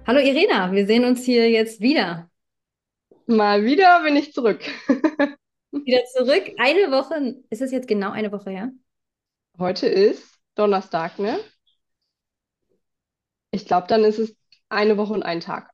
Hallo Irena, wir sehen uns hier jetzt wieder. Mal wieder bin ich zurück. Wieder zurück. Eine Woche, ist es jetzt genau eine Woche her? Heute ist Donnerstag, ne? Ich glaube, dann ist es eine Woche und ein Tag.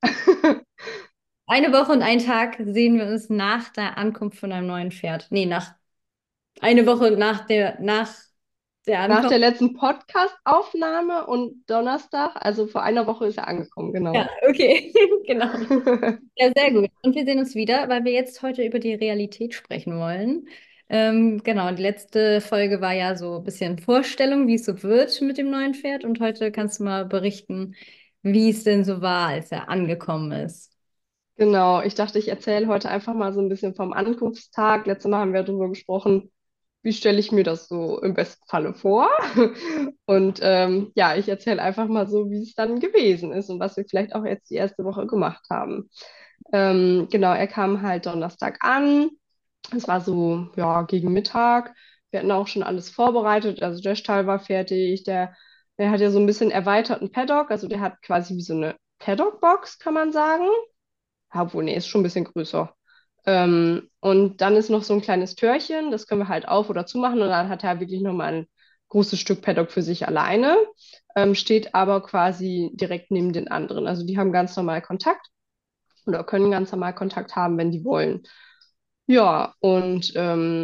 Eine Woche und ein Tag sehen wir uns nach der Ankunft von einem neuen Pferd. Nee, eine Woche nach der Nach Ankunft. der letzten Podcast-Aufnahme und Donnerstag, also vor einer Woche ist er angekommen, Ja, genau. okay, genau. Ja, sehr gut. Und wir sehen uns wieder, weil wir jetzt heute über die Realität sprechen wollen. Genau, die letzte Folge war ja so ein bisschen Vorstellung, wie es so wird mit dem neuen Pferd. Und heute kannst du mal berichten, wie es denn so war, als er angekommen ist. Genau, ich dachte, ich erzähle heute einfach mal so ein bisschen vom Ankunftstag. Letztes Mal haben wir darüber gesprochen, wie stelle ich mir das so im besten Falle vor. Und ja, ich erzähle einfach mal so, wie es dann gewesen ist und was wir vielleicht auch jetzt die erste Woche gemacht haben. Genau, er kam halt Donnerstag an. Es war so, ja, gegen Mittag. Wir hatten auch schon alles vorbereitet. Also der Stall war fertig. Der hat ja so ein bisschen erweiterten Paddock. Also der hat quasi wie so eine Paddock-Box, kann man sagen. Ja, obwohl, nee, ist schon ein bisschen größer. Und dann ist noch so ein kleines Türchen, das können wir halt auf- oder zumachen. Und dann hat er wirklich nochmal ein großes Stück Paddock für sich alleine. Steht aber quasi direkt neben den anderen. Also die haben ganz normal Kontakt oder können ganz normal Kontakt haben, wenn die wollen. Ja, und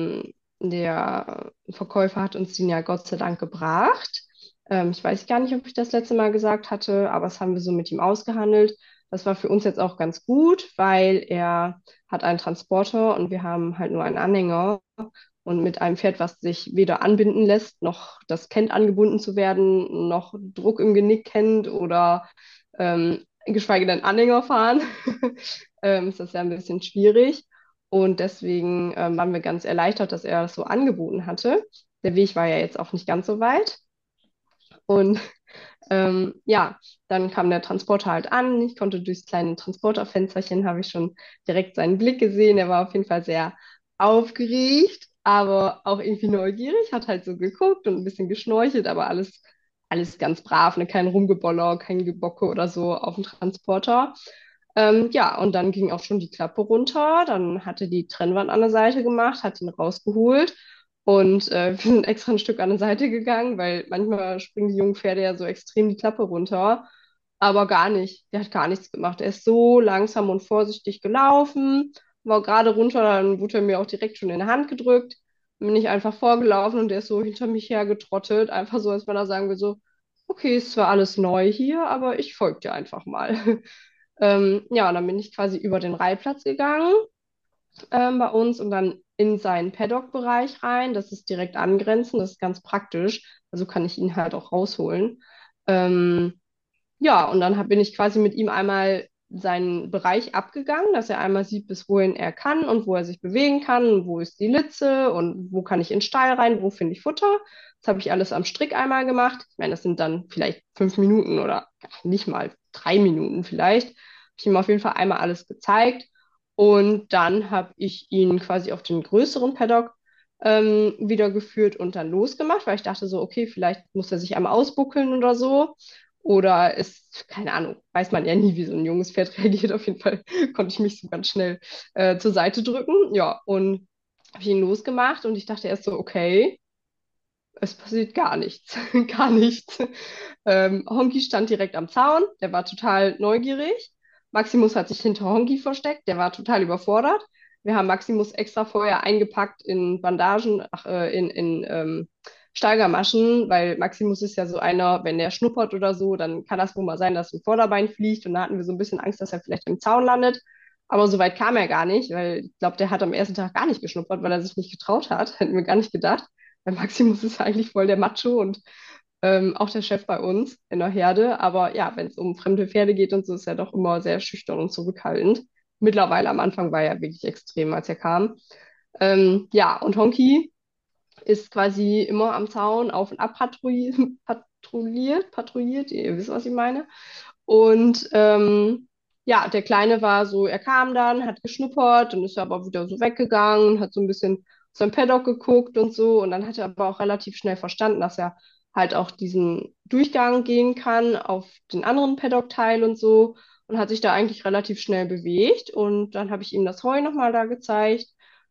der Verkäufer hat uns den ja Gott sei Dank gebracht. Ich weiß gar nicht, ob ich das letzte Mal gesagt hatte, aber das haben wir so mit ihm ausgehandelt. Das war für uns jetzt auch ganz gut, weil er hat einen Transporter und wir haben halt nur einen Anhänger. Und mit einem Pferd, was sich weder anbinden lässt, noch das kennt, angebunden zu werden, noch Druck im Genick kennt oder geschweige denn Anhänger fahren, ist das ja ein bisschen schwierig. Und deswegen waren wir ganz erleichtert, dass er das so angeboten hatte. Der Weg war ja jetzt auch nicht ganz so weit. Und ja, dann kam der Transporter halt an. Ich konnte durchs kleine Transporterfensterchen, habe ich schon direkt seinen Blick gesehen. Er war auf jeden Fall sehr aufgeregt, aber auch irgendwie neugierig, hat halt so geguckt und ein bisschen geschnorchelt, aber alles ganz brav, ne? Kein Rumgeboller, kein Gebocke oder so auf dem Transporter. Ja, und dann ging auch schon die Klappe runter. Dann hatte die Trennwand an der Seite gemacht, hat ihn rausgeholt. Und wir sind extra ein Stück an der Seite gegangen, weil manchmal springen die jungen Pferde ja so extrem die Klappe runter. Aber gar nicht. Der hat gar nichts gemacht. Er ist so langsam und vorsichtig gelaufen, war gerade runter, dann wurde er mir auch direkt schon in die Hand gedrückt. Dann bin ich einfach vorgelaufen und der ist so hinter mich hergetrottet. Einfach so, als wenn er sagen will, so, okay, ist zwar alles neu hier, aber ich folge dir einfach mal. Ja, und dann bin ich quasi über den Reitplatz gegangen bei uns und dann in seinen Paddock-Bereich rein. Das ist direkt angrenzend, das ist ganz praktisch. Also kann ich ihn halt auch rausholen. Ähm, ja, und dann bin ich quasi mit ihm einmal seinen Bereich abgegangen, dass er einmal sieht, bis wohin er kann und wo er sich bewegen kann, und wo ist die Litze und wo kann ich in den Stall rein, wo finde ich Futter. Das habe ich alles am Strick einmal gemacht. Ich meine, das sind dann vielleicht 5 Minuten oder nicht mal 3 Minuten vielleicht. Habe ich ihm auf jeden Fall einmal alles gezeigt. Und dann habe ich ihn quasi auf den größeren Paddock wieder geführt und dann losgemacht, weil ich dachte so, okay, vielleicht muss er sich einmal ausbuckeln oder so. Oder ist, keine Ahnung, weiß man ja nie, wie so ein junges Pferd reagiert. Auf jeden Fall konnte ich mich so ganz schnell zur Seite drücken. Ja, und habe ich ihn losgemacht und ich dachte erst so, okay, es passiert gar nichts. Gar nichts. Honky stand direkt am Zaun, der war total neugierig. Maximus hat sich hinter Honky versteckt, der war total überfordert. Wir haben Maximus extra vorher eingepackt in Bandagen, in Steigermaschen, weil Maximus ist ja so einer, wenn der schnuppert oder so, dann kann das wohl mal sein, dass ein Vorderbein fliegt und da hatten wir so ein bisschen Angst, dass er vielleicht im Zaun landet. Aber so weit kam er gar nicht, weil ich glaube, der hat am ersten Tag gar nicht geschnuppert, weil er sich nicht getraut hat. Hätten wir gar nicht gedacht. Weil Maximus ist ja eigentlich voll der Macho und auch der Chef bei uns in der Herde. Aber ja, wenn es um fremde Pferde geht und so, ist er doch immer sehr schüchtern und zurückhaltend. Mittlerweile am Anfang war er wirklich extrem, als er kam. Ja, und Honky ist quasi immer am Zaun auf und ab patrouilliert, ihr wisst, was ich meine. Und ja, der Kleine war so, er kam dann, hat geschnuppert, dann ist er aber wieder so weggegangen, hat so ein bisschen auf sein Paddock geguckt und so. Und dann hat er aber auch relativ schnell verstanden, dass er halt auch diesen Durchgang gehen kann auf den anderen Paddock-Teil und so. und hat sich da eigentlich relativ schnell bewegt. Und dann habe ich ihm das Heu nochmal da gezeigt.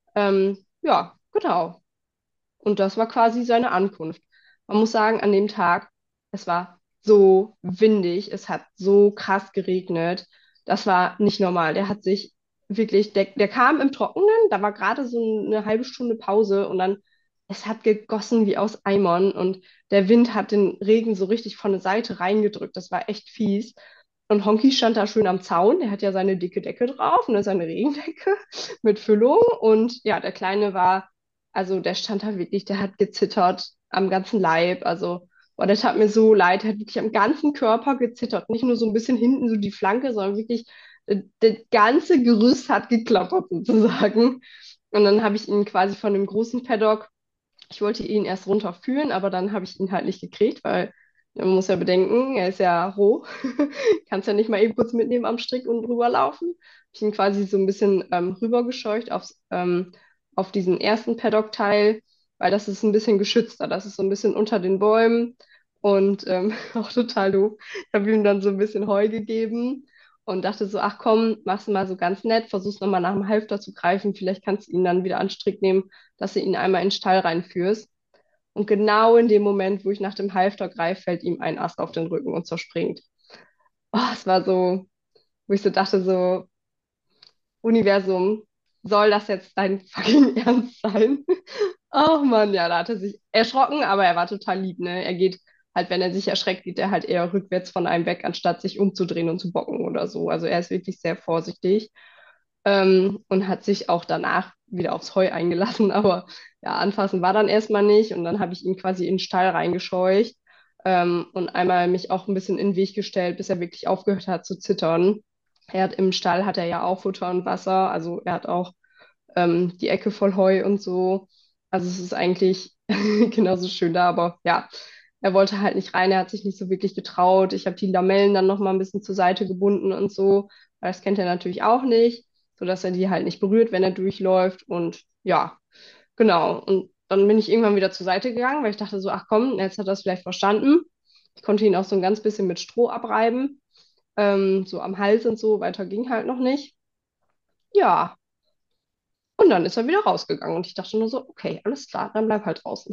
Ja, genau. Und das war quasi seine Ankunft. Man muss sagen, an dem Tag, es war so windig, es hat so krass geregnet. Das war nicht normal. Der hat sich wirklich, der kam im Trockenen, da war gerade so eine halbe Stunde Pause und dann, es hat gegossen wie aus Eimern und der Wind hat den Regen so richtig von der Seite reingedrückt. Das war echt fies. Und Honky stand da schön am Zaun, der hat ja seine dicke Decke drauf, ne, seine Regendecke mit Füllung. Und ja, der Kleine war, also der stand da wirklich, der hat gezittert am ganzen Leib. Also, boah, der tat mir so leid, der hat wirklich am ganzen Körper gezittert. Nicht nur so ein bisschen hinten, so die Flanke, sondern wirklich, das ganze Gerüst hat geklappert sozusagen. Und dann habe ich ihn quasi von dem großen Paddock, ich wollte ihn erst runterführen, aber dann habe ich ihn halt nicht gekriegt, weil man muss ja bedenken, er ist ja roh. Kannst ja nicht mal eben kurz mitnehmen am Strick und rüberlaufen. Hab ich ihn quasi so ein bisschen rübergescheucht auf diesen ersten Paddock-Teil, weil das ist ein bisschen geschützter. Das ist so ein bisschen unter den Bäumen und auch total doof. Ich habe ihm dann so ein bisschen Heu gegeben und dachte so, ach komm, mach's mal so ganz nett, versuch's nochmal nach dem Halfter zu greifen, vielleicht kannst du ihn dann wieder an den Strick nehmen, dass du ihn einmal in den Stall reinführst. Und genau in dem Moment, wo ich nach dem Halfter greife, fällt ihm ein Ast auf den Rücken und zerspringt. Oh, es war so, wo ich so dachte, so, Universum, soll das jetzt dein fucking Ernst sein? Oh Mann, ja, da hat er sich erschrocken, aber er war total lieb, ne? Er geht halt, wenn er sich erschreckt, geht er halt eher rückwärts von einem weg, anstatt sich umzudrehen und zu bocken oder so. Also er ist wirklich sehr vorsichtig und hat sich auch danach wieder aufs Heu eingelassen. Aber ja, anfassen war dann erstmal nicht. Und dann habe ich ihn quasi in den Stall reingescheucht und einmal mich auch ein bisschen in den Weg gestellt, bis er wirklich aufgehört hat zu zittern. Im Stall hat er ja auch Futter und Wasser, also er hat auch die Ecke voll Heu und so. Also es ist eigentlich genauso schön da, aber ja, er wollte halt nicht rein, er hat sich nicht so wirklich getraut. Ich habe die Lamellen dann noch mal ein bisschen zur Seite gebunden und so, weil das kennt er natürlich auch nicht, sodass er die halt nicht berührt, wenn er durchläuft. Und ja, genau. Und dann bin ich irgendwann wieder zur Seite gegangen, weil ich dachte so, ach komm, jetzt hat er es vielleicht verstanden. Ich konnte ihn auch so ein ganz bisschen mit Stroh abreiben, so am Hals und so, weiter ging halt noch nicht. Ja, und dann ist er wieder rausgegangen und ich dachte nur so, okay, alles klar, dann bleib halt draußen.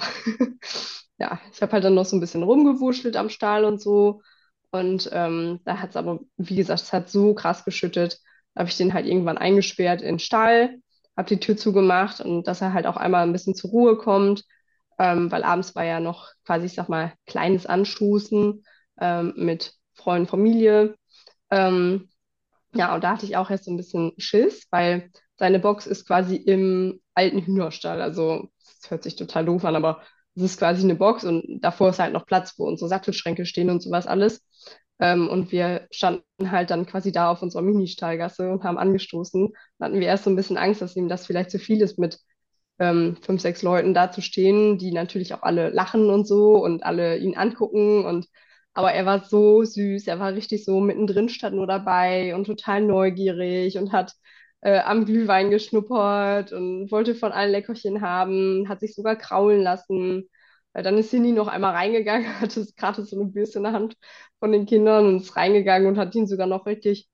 Ja, ich habe halt dann noch so ein bisschen rumgewurschtelt am Stall und so. Und da hat es aber, wie gesagt, es hat so krass geschüttet. Da habe ich den halt irgendwann eingesperrt in den Stall, habe die Tür zugemacht und dass er halt auch einmal ein bisschen zur Ruhe kommt, weil abends war ja noch quasi, ich sag mal, kleines Anstoßen mit Freunden, Familie. Ähm, ja, und da hatte ich auch erst so ein bisschen Schiss, weil seine Box ist quasi im alten Hühnerstall. Also, das hört sich total doof an, aber es ist quasi eine Box und davor ist halt noch Platz, wo unsere Sattelschränke stehen und sowas alles. Und wir standen halt dann quasi da auf unserer Mini-Stallgasse und haben angestoßen. Dann hatten wir erst so ein bisschen Angst, dass ihm das vielleicht zu viel ist, mit 5, 6 Leuten da zu stehen, die natürlich auch alle lachen und so und alle ihn angucken und aber er war so süß, er war richtig so mittendrin, stand nur dabei und total neugierig und hat am Glühwein geschnuppert und wollte von allen Leckerchen haben, hat sich sogar kraulen lassen. Dann ist Cindy noch einmal reingegangen, hatte gerade so eine Bürste in der Hand von den Kindern und ist reingegangen und hat ihn sogar noch richtig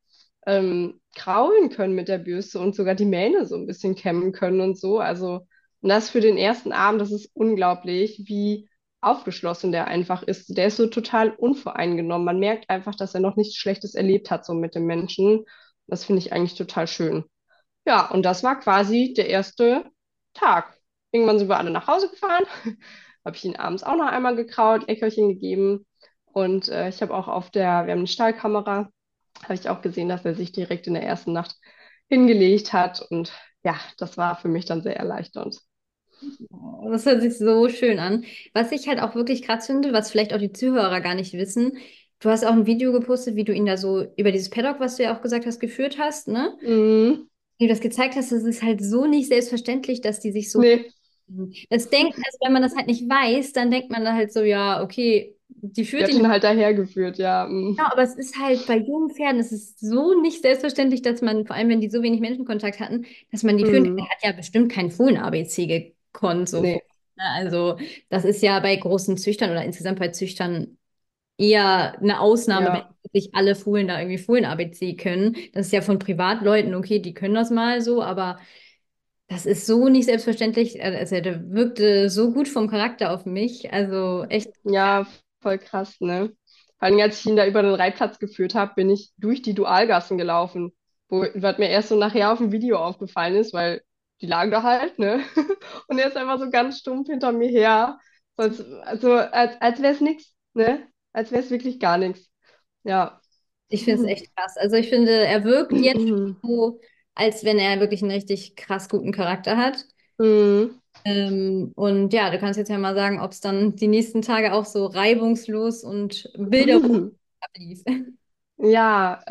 kraulen können mit der Bürste und sogar die Mähne so ein bisschen kämmen können und so. Also, und das für den ersten Abend, das ist unglaublich, wie aufgeschlossen der einfach ist. Der ist so total unvoreingenommen. Man merkt einfach, dass er noch nichts Schlechtes erlebt hat, so mit dem Menschen. Das finde ich eigentlich total schön. Ja, und das war quasi der erste Tag. Irgendwann sind wir alle nach Hause gefahren. Habe ich ihn abends auch noch einmal gekraut, Leckerchen gegeben. Und ich habe auch wir haben eine Stallkamera, habe ich auch gesehen, dass er sich direkt in der ersten Nacht hingelegt hat. Und ja, das war für mich dann sehr erleichternd. Oh, das hört sich so schön an. Was ich halt auch wirklich krass finde, was vielleicht auch die Zuhörer gar nicht wissen, du hast auch ein Video gepostet, wie du ihn da so über dieses Paddock, was du ja auch gesagt hast, geführt hast, ne? Mhm. Wie du das gezeigt hast, das ist halt so nicht selbstverständlich, dass die sich so. Nee, Das denkt, also wenn man das halt nicht weiß, dann denkt man da halt so, ja, okay, die die führt hat ihn. ihn halt dahergeführt, ja. Mhm. Ja, aber es ist halt bei jungen Pferden, es ist so nicht selbstverständlich, dass man, vor allem wenn die so wenig Menschenkontakt hatten, dass man die führen kann. Der Mhm. hat ja bestimmt kein Fohlen-ABC gekonnt, so. Nee, Ne? Also, das ist ja bei großen Züchtern oder insgesamt bei Züchtern eher eine Ausnahme, wenn ja. wirklich alle Fohlen da irgendwie Fohlen-ABC können. Das ist ja von Privatleuten, okay, die können das mal so, aber das ist so nicht selbstverständlich. Also der wirkte so gut vom Charakter auf mich. Also echt Ja, voll krass, ne? Vor allem, als ich ihn da über den Reitplatz geführt habe, bin ich durch die Dualgassen gelaufen, was mir erst so nachher auf dem Video aufgefallen ist, weil die lagen da halt, ne? Und er ist einfach so ganz stumpf hinter mir her. Als wäre es nichts, ne? Als wäre es wirklich gar nichts. Ja. Ich finde es echt krass. Also ich finde, er wirkt jetzt so, als wenn er wirklich einen richtig krass guten Charakter hat. Mhm. Und ja, du kannst jetzt ja mal sagen, ob es dann die nächsten Tage auch so reibungslos und bilderbuch ablief. Ja,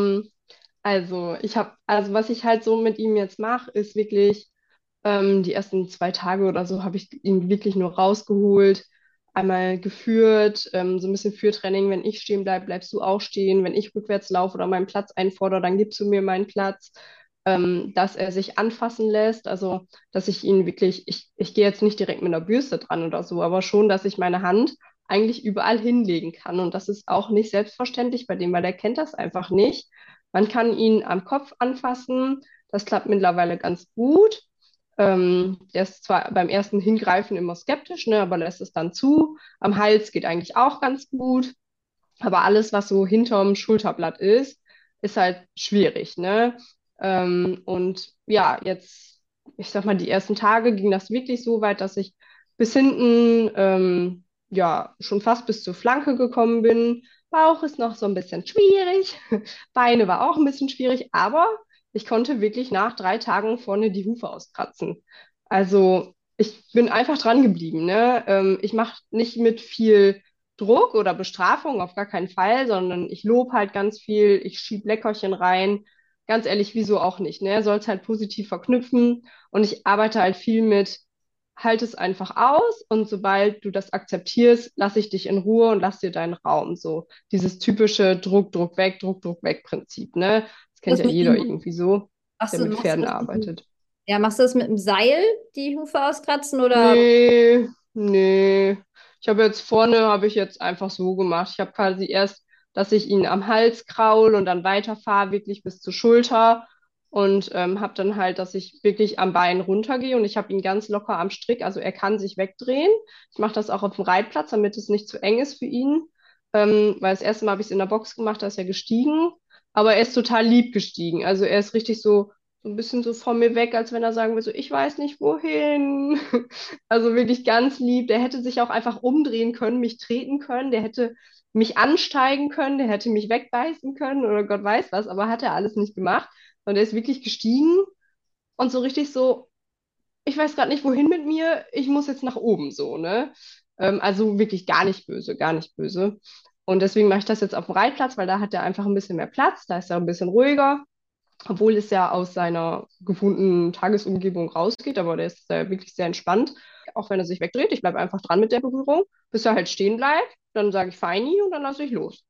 also was ich halt so mit ihm jetzt mache, ist wirklich die ersten 2 Tage oder so habe ich ihn wirklich nur rausgeholt, einmal geführt, so ein bisschen Führtraining. Wenn ich stehen bleibe, bleibst du auch stehen. Wenn ich rückwärts laufe oder meinen Platz einfordere, dann gibst du mir meinen Platz. Dass er sich anfassen lässt, also dass ich ihn wirklich, ich gehe jetzt nicht direkt mit einer Bürste dran oder so, aber schon, dass ich meine Hand eigentlich überall hinlegen kann. Und das ist auch nicht selbstverständlich bei dem, weil der kennt das einfach nicht. Man kann ihn am Kopf anfassen, das klappt mittlerweile ganz gut. Der ist zwar beim ersten Hingreifen immer skeptisch, ne, aber lässt es dann zu. Am Hals geht eigentlich auch ganz gut. Aber alles, was so hinterm Schulterblatt ist halt schwierig, ne? Und ja, jetzt, ich sag mal, die ersten Tage ging das wirklich so weit, dass ich bis hinten, ja, schon fast bis zur Flanke gekommen bin. Bauch ist noch so ein bisschen schwierig. Beine war auch ein bisschen schwierig, aber ich konnte wirklich nach 3 Tagen vorne die Hufe auskratzen. Also ich bin einfach dran geblieben, ne? Ich mache nicht mit viel Druck oder Bestrafung, auf gar keinen Fall, sondern ich lobe halt ganz viel, ich schieb Leckerchen rein. Ganz ehrlich, wieso auch nicht, ne? Soll es halt positiv verknüpfen und ich arbeite halt viel mit, halt es einfach aus und sobald du das akzeptierst, lass ich dich in Ruhe und lass dir deinen Raum. So dieses typische Druck, Druck weg Prinzip, ne? Das kennt Das ja mit jeder dem, irgendwie so, der mit machst du Pferden das mit dem, arbeitet. ja, machst du das mit dem Seil, die Hufe auskratzen oder? Nee, nee. Ich habe jetzt vorne, habe ich jetzt einfach so gemacht. Ich habe quasi erst, dass ich ihn am Hals kraul und dann weiterfahre, wirklich bis zur Schulter. Und habe dann halt, dass ich wirklich am Bein runtergehe und ich habe ihn ganz locker am Strick. Also er kann sich wegdrehen. Ich mache das auch auf dem Reitplatz, damit es nicht zu eng ist für ihn. Weil das erste Mal habe ich es in der Box gemacht, da ist er gestiegen. Aber er ist total lieb gestiegen. Also er ist richtig so ein bisschen so von mir weg, als wenn er sagen würde, so, ich weiß nicht wohin. Also wirklich ganz lieb. Der hätte sich auch einfach umdrehen können, mich treten können, der hätte mich ansteigen können, der hätte mich wegbeißen können oder Gott weiß was, aber hat er alles nicht gemacht. Und er ist wirklich gestiegen und so richtig so, ich weiß gerade nicht wohin mit mir, ich muss jetzt nach oben so, ne? Also wirklich gar nicht böse, gar nicht böse. Und deswegen mache ich das jetzt auf dem Reitplatz, weil da hat er einfach ein bisschen mehr Platz, da ist er ein bisschen ruhiger, obwohl es ja aus seiner gewohnten Tagesumgebung rausgeht, aber der ist wirklich sehr entspannt. Auch wenn er sich wegdreht, ich bleibe einfach dran mit der Berührung, bis er halt stehen bleibt. Dann sage ich Feini und dann lasse ich los.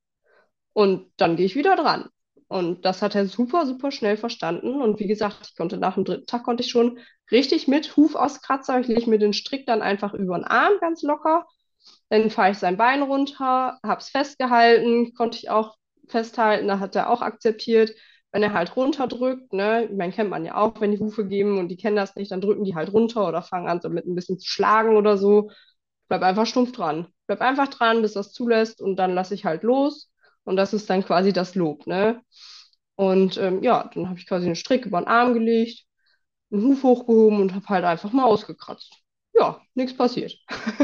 Und dann gehe ich wieder dran. Und das hat er super, super schnell verstanden. Und wie gesagt, ich konnte nach dem 3. Tag konnte ich schon richtig mit Hufauskratzer. Ich lege mir den Strick dann einfach über den Arm ganz locker. Dann fahre ich sein Bein runter, habe es festgehalten, konnte ich auch festhalten, da hat er auch akzeptiert. Wenn er halt runterdrückt, ne, ich meine, kennt man ja auch, wenn die Hufe geben und die kennen das nicht, dann drücken die halt runter oder fangen an, so mit ein bisschen zu schlagen oder so. Bleib einfach stumpf dran. Bleib einfach dran, bis das zulässt und dann lasse ich halt los. Und das ist dann quasi das Lob, ne? Und ja, dann habe ich quasi einen Strick über den Arm gelegt, einen Huf hochgehoben und habe halt einfach mal ausgekratzt. Ja, nichts passiert.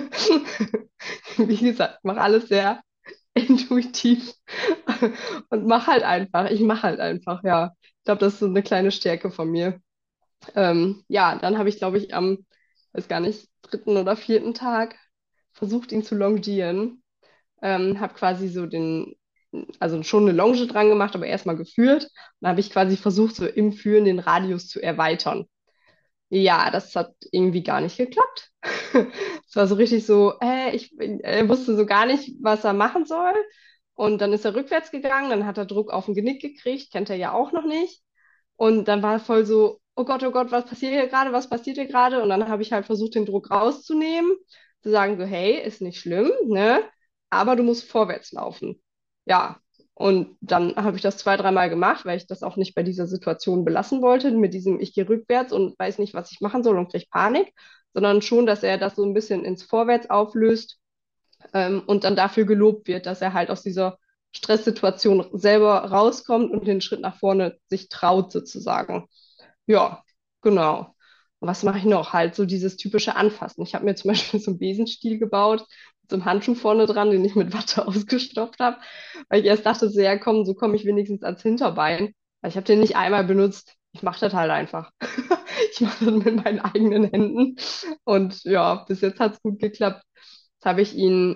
Wie gesagt, mach alles sehr intuitiv und mach halt einfach. Ich mach halt einfach, ja. Ich glaube, das ist so eine kleine Stärke von mir. Ja, dann habe ich, glaube ich, am, weiß gar nicht, 3. oder 4. Tag versucht, ihn zu longieren. Habe quasi so also schon eine Longe dran gemacht, aber erstmal geführt. Dann habe ich quasi versucht, so im Führen den Radius zu erweitern. Ja, das hat irgendwie gar nicht geklappt. Es war so richtig so, er wusste so gar nicht, was er machen soll. Und dann ist er rückwärts gegangen, dann hat er Druck auf den Genick gekriegt, kennt er ja auch noch nicht. Und dann war er voll so, oh Gott, was passiert hier gerade, was passiert hier gerade? Und dann habe ich halt versucht, den Druck rauszunehmen, zu sagen so, hey, ist nicht schlimm, ne? Aber du musst vorwärts laufen. Ja, Und dann habe ich das zwei, dreimal gemacht, weil ich das auch nicht bei dieser Situation belassen wollte, mit diesem ich gehe rückwärts und weiß nicht, was ich machen soll und kriege Panik, sondern schon, dass er das so ein bisschen ins Vorwärts auflöst und dann dafür gelobt wird, dass er halt aus dieser Stresssituation selber rauskommt und den Schritt nach vorne sich traut, sozusagen. Ja, genau. Und was mache ich noch? Halt so dieses typische Anfassen. Ich habe mir zum Beispiel so einen Besenstiel gebaut, mit so einem Handschuh vorne dran, den ich mit Watte ausgestopft habe, weil ich erst dachte, so, ja, komm, so komme ich wenigstens ans Hinterbein. Weil ich habe den nicht einmal benutzt. Ich mache das halt einfach. Ich mache das mit meinen eigenen Händen. Und ja, bis jetzt hat es gut geklappt. Jetzt habe ich ihn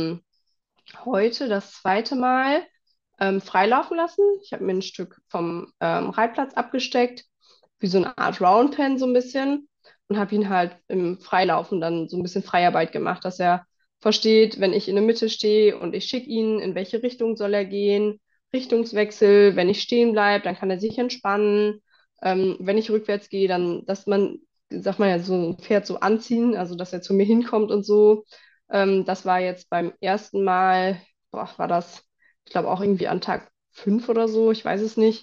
heute das zweite Mal freilaufen lassen. Ich habe mir ein Stück vom Reitplatz abgesteckt, wie so eine Art Roundpen so ein bisschen und habe ihn halt im Freilaufen dann so ein bisschen Freiarbeit gemacht, dass er versteht, wenn ich in der Mitte stehe und ich schicke ihn, in welche Richtung soll er gehen, Richtungswechsel, wenn ich stehen bleibe, dann kann er sich entspannen. Wenn ich rückwärts gehe, dann, dass man, sagt man ja, so ein Pferd so anziehen, also dass er zu mir hinkommt und so. Das war jetzt beim ersten Mal, boah, war das, ich glaube auch irgendwie an Tag 5 oder so, ich weiß es nicht.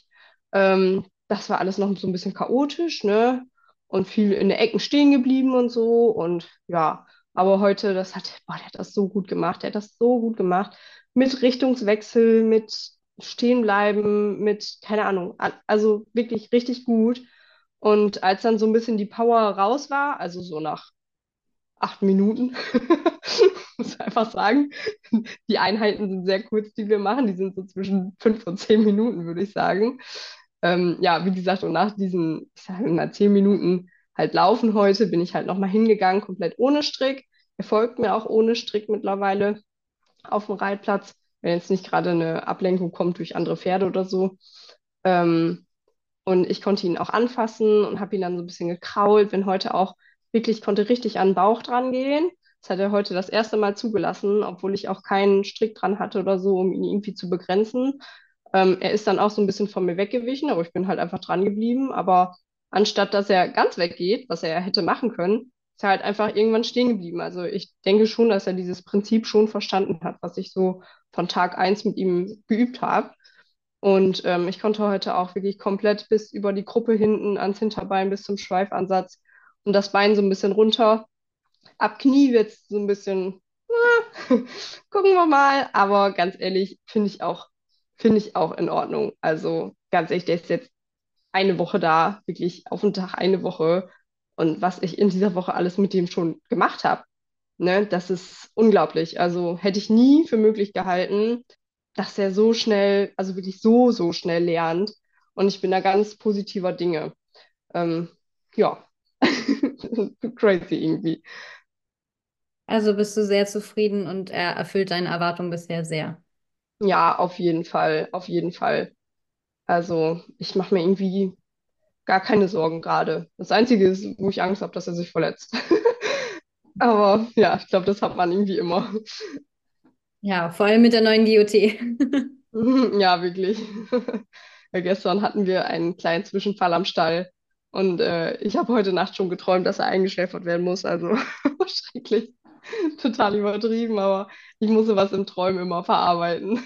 Das war alles noch so ein bisschen chaotisch, ne? Und viel in den Ecken stehen geblieben und so. Und ja, aber heute, boah, der hat das so gut gemacht, der hat das so gut gemacht. Mit Richtungswechsel, mit Stehenbleiben, mit, keine Ahnung, also wirklich richtig gut. Und als dann so ein bisschen die Power raus war, also so nach 8 Minuten, muss einfach sagen, die Einheiten sind sehr kurz, die wir machen. Die sind so zwischen 5 und 10 Minuten, würde ich sagen. Ja, wie gesagt, und nach diesen, ich sage mal, 10 Minuten halt Laufen heute, bin ich halt nochmal hingegangen, komplett ohne Strick. Er folgt mir auch ohne Strick mittlerweile auf dem Reitplatz, wenn jetzt nicht gerade eine Ablenkung kommt durch andere Pferde oder so. Ähm, und ich konnte ihn auch anfassen und habe ihn dann so ein bisschen gekrault, bin heute auch wirklich, konnte richtig an den Bauch dran gehen. Das hat er heute das erste Mal zugelassen, obwohl ich auch keinen Strick dran hatte oder so, um ihn irgendwie zu begrenzen. Er ist dann auch so ein bisschen von mir weggewichen, aber ich bin halt einfach dran geblieben. Aber anstatt dass er ganz weggeht, was er ja hätte machen können, ist er halt einfach irgendwann stehen geblieben. Also ich denke schon, dass er dieses Prinzip schon verstanden hat, was ich so von Tag eins mit ihm geübt habe. Und ich konnte heute auch wirklich komplett bis über die Gruppe hinten ans Hinterbein bis zum Schweifansatz und das Bein so ein bisschen runter. Ab Knie wird es so ein bisschen, gucken wir mal. Aber ganz ehrlich, finde ich auch in Ordnung. Also ganz ehrlich, der ist jetzt eine Woche da, wirklich auf den Tag eine Woche. Und was ich in dieser Woche alles mit dem schon gemacht habe, ne, das ist unglaublich. Also hätte ich nie für möglich gehalten, dass er so schnell, also wirklich so, so schnell lernt. Und ich bin da ganz positiver Dinge. Ähm, ja, crazy irgendwie. Also bist du sehr zufrieden und er erfüllt deine Erwartungen bisher sehr. Ja, auf jeden Fall, auf jeden Fall. Also ich mache mir irgendwie gar keine Sorgen gerade. Das Einzige ist, wo ich Angst habe, dass er sich verletzt. Aber ja, ich glaube, das hat man irgendwie immer. Ja, vor allem mit der neuen GOT. Ja, wirklich. Ja, gestern hatten wir einen kleinen Zwischenfall am Stall und ich habe heute Nacht schon geträumt, dass er eingeschläfert werden muss. Also schrecklich, total übertrieben, aber ich muss sowas im Träumen immer verarbeiten.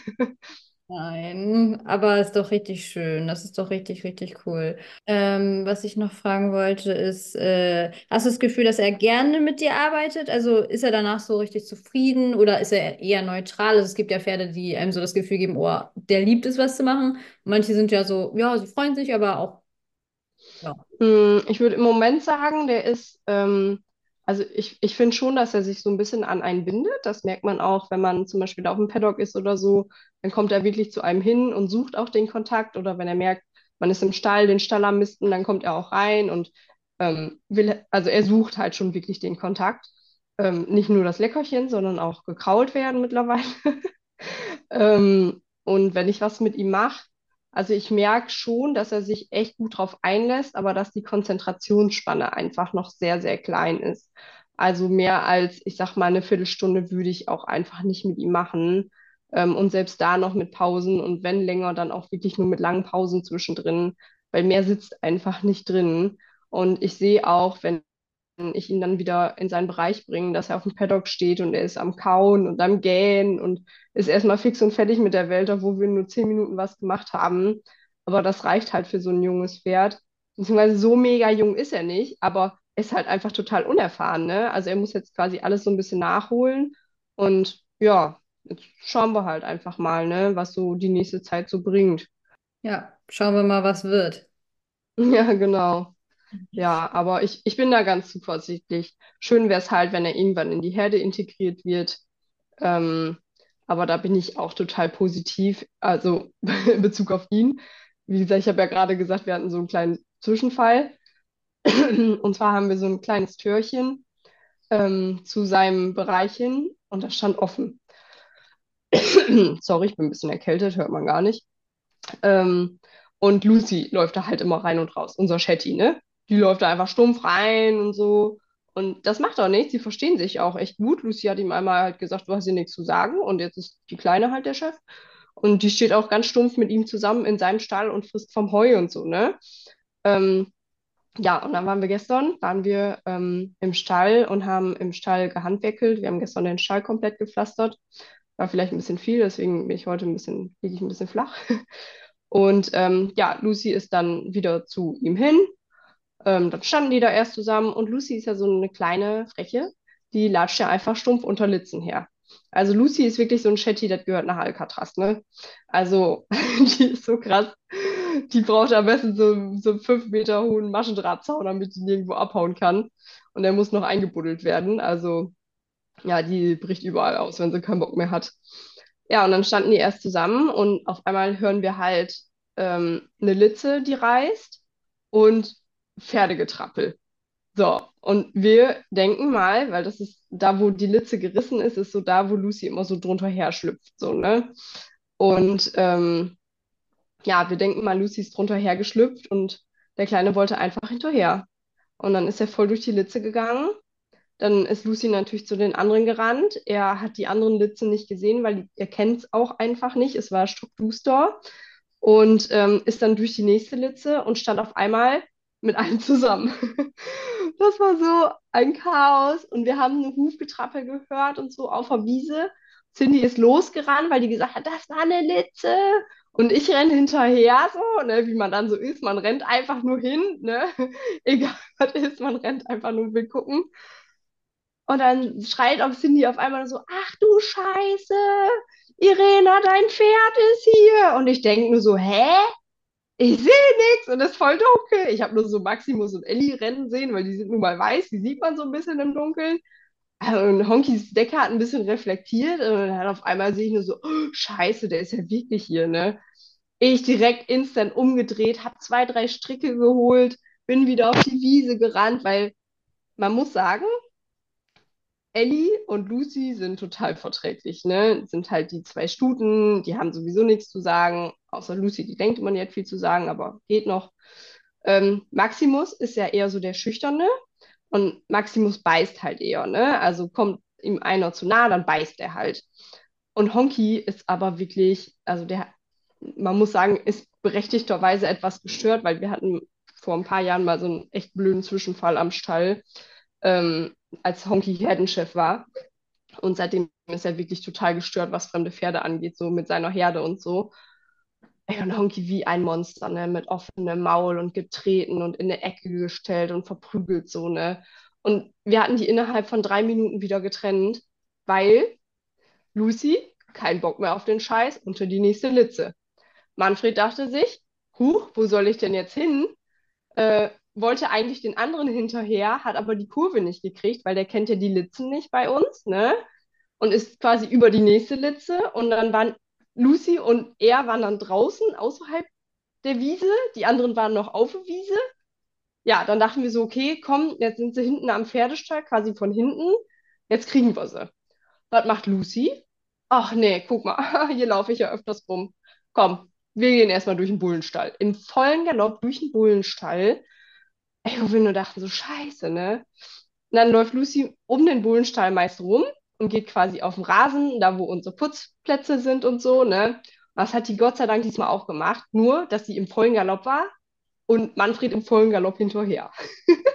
Nein, aber ist doch richtig schön. Das ist doch richtig, richtig cool. Was ich noch fragen wollte, ist, hast du das Gefühl, dass er gerne mit dir arbeitet? Also ist er danach so richtig zufrieden oder ist er eher neutral? Also es gibt ja Pferde, die einem so das Gefühl geben, oh, der liebt es, was zu machen. Manche sind ja so, ja, sie freuen sich, aber auch, ja. Ich würde im Moment sagen, der ist, also ich finde schon, dass er sich so ein bisschen an einen bindet. Das merkt man auch, wenn man zum Beispiel auf dem Paddock ist oder so, dann kommt er wirklich zu einem hin und sucht auch den Kontakt. Oder wenn er merkt, man ist im Stall, den Stall am Misten, dann kommt er auch rein und also er sucht halt schon wirklich den Kontakt. Nicht nur das Leckerchen, sondern auch gekrault werden mittlerweile. Und wenn ich was mit ihm mache, also ich merke schon, dass er sich echt gut drauf einlässt, aber dass die Konzentrationsspanne einfach noch sehr, sehr klein ist. Also mehr als, ich sag mal, eine Viertelstunde würde ich auch einfach nicht mit ihm machen. Und selbst da noch mit Pausen und wenn länger, dann auch wirklich nur mit langen Pausen zwischendrin, weil mehr sitzt einfach nicht drin. Und ich sehe auch, wenn ich ihn dann wieder in seinen Bereich bringe, dass er auf dem Paddock steht und er ist am Kauen und am Gähnen und ist erstmal fix und fertig mit der Welt, obwohl wir nur 10 Minuten was gemacht haben. Aber das reicht halt für so ein junges Pferd. Beziehungsweise so mega jung ist er nicht, aber er ist halt einfach total unerfahren, ne? Also er muss jetzt quasi alles so ein bisschen nachholen. Und ja, jetzt schauen wir halt einfach mal, ne, was so die nächste Zeit so bringt. Ja, schauen wir mal, was wird. Ja, genau. Ja, aber ich bin da ganz zuversichtlich. Schön wäre es halt, wenn er irgendwann in die Herde integriert wird. Ähm, aber da bin ich auch total positiv, also in Bezug auf ihn. Wie gesagt, ich habe ja gerade gesagt, wir hatten so einen kleinen Zwischenfall. Und zwar haben wir so ein kleines Türchen zu seinem Bereich hin und das stand offen. Sorry, ich bin ein bisschen erkältet, hört man gar nicht. Ähm, und Lucy läuft da halt immer rein und raus, unser Shetty, ne? Die läuft da einfach stumpf rein und so. Und das macht auch nichts, sie verstehen sich auch echt gut. Lucy hat ihm einmal halt gesagt, du hast hier nichts zu sagen und jetzt ist die Kleine halt der Chef. Und die steht auch ganz stumpf mit ihm zusammen in seinem Stall und frisst vom Heu und so, ne? Ähm, ja, und dann waren wir im Stall und haben im Stall gehandwerkelt. Wir haben gestern den Stall komplett gepflastert. War vielleicht ein bisschen viel, deswegen bin ich heute liege ich ein bisschen flach. Und ja, Lucy ist dann wieder zu ihm hin. Dann standen die da erst zusammen und Lucy ist ja so eine kleine Freche, die latscht ja einfach stumpf unter Litzen her. Also Lucy ist wirklich so ein Shetty, das gehört nach Alcatraz, ne? Also die ist so krass. Die braucht am besten so einen 5 Meter hohen Maschendrahtzaun, damit die nirgendwo abhauen kann. Und der muss noch eingebuddelt werden. Also ja, die bricht überall aus, wenn sie keinen Bock mehr hat. Ja, und dann standen die erst zusammen und auf einmal hören wir halt eine Litze, die reißt und Pferdegetrappel. So, und wir denken mal, weil das ist da, wo die Litze gerissen ist, ist so da, wo Lucy immer so drunter her schlüpft, so, ne? Und ja, wir denken mal, Lucy ist drunter hergeschlüpft und der Kleine wollte einfach hinterher. Und dann ist er voll durch die Litze gegangen. Dann ist Lucy natürlich zu den anderen gerannt. Er hat die anderen Litze nicht gesehen, weil er kennt es auch einfach nicht. Es war stockduster und ist dann durch die nächste Litze und stand auf einmal mit allen zusammen. Das war so ein Chaos und wir haben ein Hufgetrappel gehört und so auf der Wiese. Cindy ist losgerannt, weil die gesagt hat, das war eine Litze. Und ich renne hinterher so, ne, wie man dann so ist. Man rennt einfach nur hin, ne? Egal was ist, man rennt einfach nur will gucken. Und dann schreit auch Cindy auf einmal so, ach du Scheiße, Irena, dein Pferd ist hier. Und ich denke nur so, hä? Ich sehe nichts und es ist voll dunkel. Ich habe nur so Maximus und Ellie rennen sehen, weil die sind nun mal weiß, die sieht man so ein bisschen im Dunkeln. Und Honkys Decke hat ein bisschen reflektiert und dann auf einmal sehe ich nur so, oh, Scheiße, der ist ja wirklich hier, ne? Ich direkt instant umgedreht, habe 2, 3 Stricke geholt, bin wieder auf die Wiese gerannt, weil man muss sagen, Ellie und Lucy sind total verträglich, ne? Sind halt die zwei Stuten, die haben sowieso nichts zu sagen, außer Lucy, die denkt immer, die hat viel zu sagen, aber geht noch. Maximus ist ja eher so der Schüchterne und Maximus beißt halt eher, ne? Also kommt ihm einer zu nah, dann beißt er halt. Und Honky ist aber wirklich, also der, man muss sagen, ist berechtigterweise etwas gestört, weil wir hatten vor ein paar Jahren mal so einen echt blöden Zwischenfall am Stall, als Honky Herdenchef war. Und seitdem ist er wirklich total gestört, was fremde Pferde angeht, so mit seiner Herde und so. Ey, und Honky wie ein Monster, ne? Mit offenem Maul und getreten und in eine Ecke gestellt und verprügelt, so, ne? Und wir hatten die innerhalb von 3 Minuten wieder getrennt, weil Lucy, kein Bock mehr auf den Scheiß, unter die nächste Litze. Manfred dachte sich, huch, wo soll ich denn jetzt hin? Wollte eigentlich den anderen hinterher, hat aber die Kurve nicht gekriegt, weil der kennt ja die Litzen nicht bei uns, ne? Und ist quasi über die nächste Litze und dann waren Lucy und er waren dann draußen außerhalb der Wiese, die anderen waren noch auf der Wiese. Ja, dann dachten wir so, okay, komm, jetzt sind sie hinten am Pferdestall, quasi von hinten, jetzt kriegen wir sie. Was macht Lucy? Ach nee, guck mal, hier laufe ich ja öfters rum. Komm, wir gehen erstmal durch den Bullenstall. Im vollen Galopp durch den Bullenstall. Ey, wo wir nur dachten, so scheiße, ne? Und dann läuft Lucy um den Bullenstall meist rum und geht quasi auf den Rasen, da wo unsere Putzplätze sind und so, ne? Das hat die Gott sei Dank diesmal auch gemacht, nur dass sie im vollen Galopp war und Manfred im vollen Galopp hinterher.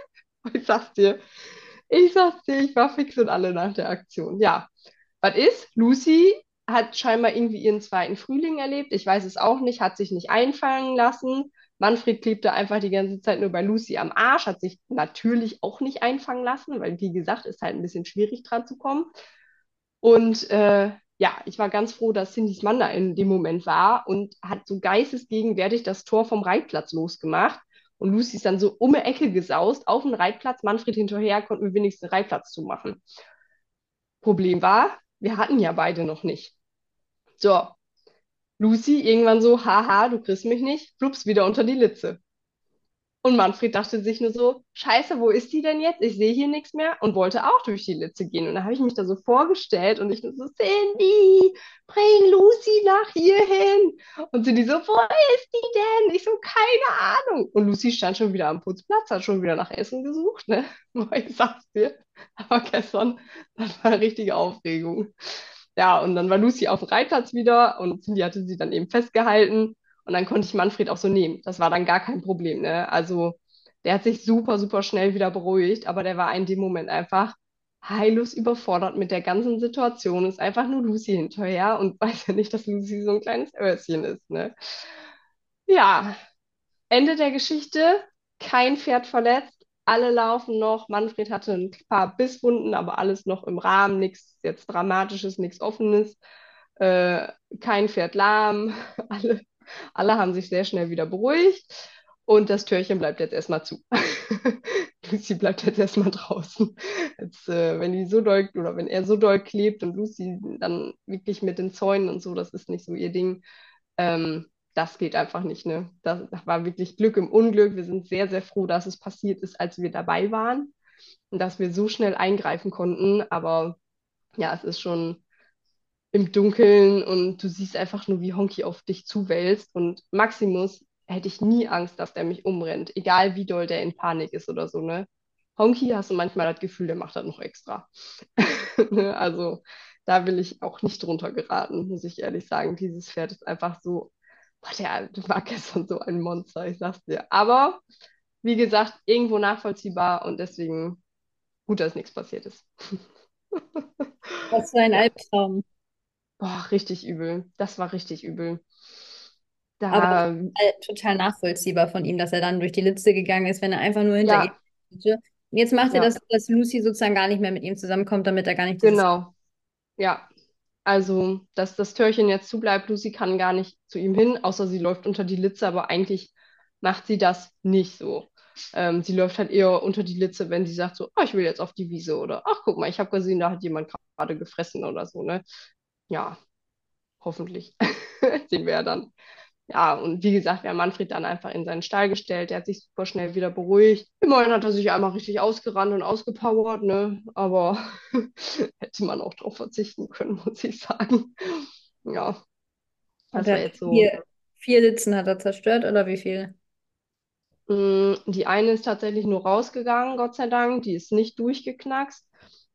Ich sag's dir, ich war fix und alle nach der Aktion. Ja, was ist? Lucy hat scheinbar irgendwie ihren zweiten Frühling erlebt. Ich weiß es auch nicht, hat sich nicht einfangen lassen. Manfred klebte einfach die ganze Zeit nur bei Lucy am Arsch, hat sich natürlich auch nicht einfangen lassen, weil, wie gesagt, ist halt ein bisschen schwierig dran zu kommen. Und ja, ich war ganz froh, dass Cindys Mann da in dem Moment war und hat so geistesgegenwärtig das Tor vom Reitplatz losgemacht. Und Lucy ist dann so um die Ecke gesaust auf den Reitplatz. Manfred hinterher, konnten wir wenigstens den Reitplatz zumachen. Problem war, wir hatten ja beide noch nicht. So, Lucy irgendwann so, haha, du kriegst mich nicht, flups, wieder unter die Litze. Und Manfred dachte sich nur so, Scheiße, wo ist die denn jetzt? Ich sehe hier nichts mehr und wollte auch durch die Litze gehen. Und dann habe ich mich da so vorgestellt und ich nur so, Cindy, bring Lucy nach hier hin. Und Cindy so, wo ist die denn? Ich so, keine Ahnung. Und Lucy stand schon wieder am Putzplatz, hat schon wieder nach Essen gesucht, ne? Boah, ich sag's dir, aber gestern, das war eine richtige Aufregung. Ja, und dann war Lucy auf dem Reitplatz wieder und Cindy hatte sie dann eben festgehalten. Und dann konnte ich Manfred auch so nehmen. Das war dann gar kein Problem, ne? Also, der hat sich super, super schnell wieder beruhigt, aber der war in dem Moment einfach heillos überfordert mit der ganzen Situation, ist einfach nur Lucy hinterher und weiß ja nicht, dass Lucy so ein kleines Öhrchen ist, ne? Ja, Ende der Geschichte, kein Pferd verletzt, alle laufen noch. Manfred hatte ein paar Bisswunden, aber alles noch im Rahmen, nichts jetzt Dramatisches, nichts Offenes. Äh, Kein Pferd lahm, alle, alle haben sich sehr schnell wieder beruhigt und das Türchen bleibt jetzt erstmal zu. Lucy bleibt jetzt erstmal draußen. Jetzt, wenn die so doll oder wenn er so doll klebt und Lucy dann wirklich mit den Zäunen und so, das ist nicht so ihr Ding. Das geht einfach nicht, ne? Das war wirklich Glück im Unglück. Wir sind sehr, sehr froh, dass es passiert ist, als wir dabei waren und dass wir so schnell eingreifen konnten. Aber ja, es ist schon im Dunkeln und du siehst einfach nur, wie Honky auf dich zuwälzt. Und Maximus hätte ich nie Angst, dass der mich umrennt, egal wie doll der in Panik ist oder so, ne? Honky hast du manchmal das Gefühl, der macht das noch extra. Ne? Also da will ich auch nicht drunter geraten, muss ich ehrlich sagen. Dieses Pferd ist einfach so, boah, der war gestern so ein Monster, ich sag's dir. Aber wie gesagt, irgendwo nachvollziehbar und deswegen gut, dass nichts passiert ist. Was für ein Ja, Albtraum. boah, richtig übel. Das war richtig übel. Aber Da, total nachvollziehbar von ihm, dass er dann durch die Litze gegangen ist, wenn er einfach nur hinter ihr ja, wollte. Und jetzt macht er ja, das, dass Lucy sozusagen gar nicht mehr mit ihm zusammenkommt, damit er gar nicht dieses. genau. Ja, also, dass das Türchen jetzt zubleibt, Lucy kann gar nicht zu ihm hin, außer sie läuft unter die Litze, aber eigentlich macht sie das nicht so. Sie läuft halt eher unter die Litze, wenn sie sagt so, oh, ich will jetzt auf die Wiese oder ach, guck mal, ich habe gesehen, da hat jemand gerade gefressen oder so, ne? Ja, hoffentlich. Sehen wir ja dann. Ja, und wie gesagt, wir haben Manfred dann einfach in seinen Stall gestellt. Der hat sich super schnell wieder beruhigt. Immerhin hat er sich einmal richtig ausgerannt und ausgepowert, ne? Aber hätte man auch drauf verzichten können, muss ich sagen. Ja, Und das war er hat jetzt so. vier Litzen hat er zerstört, oder wie viel? Die eine ist tatsächlich nur rausgegangen, Gott sei Dank. Die ist nicht durchgeknackst.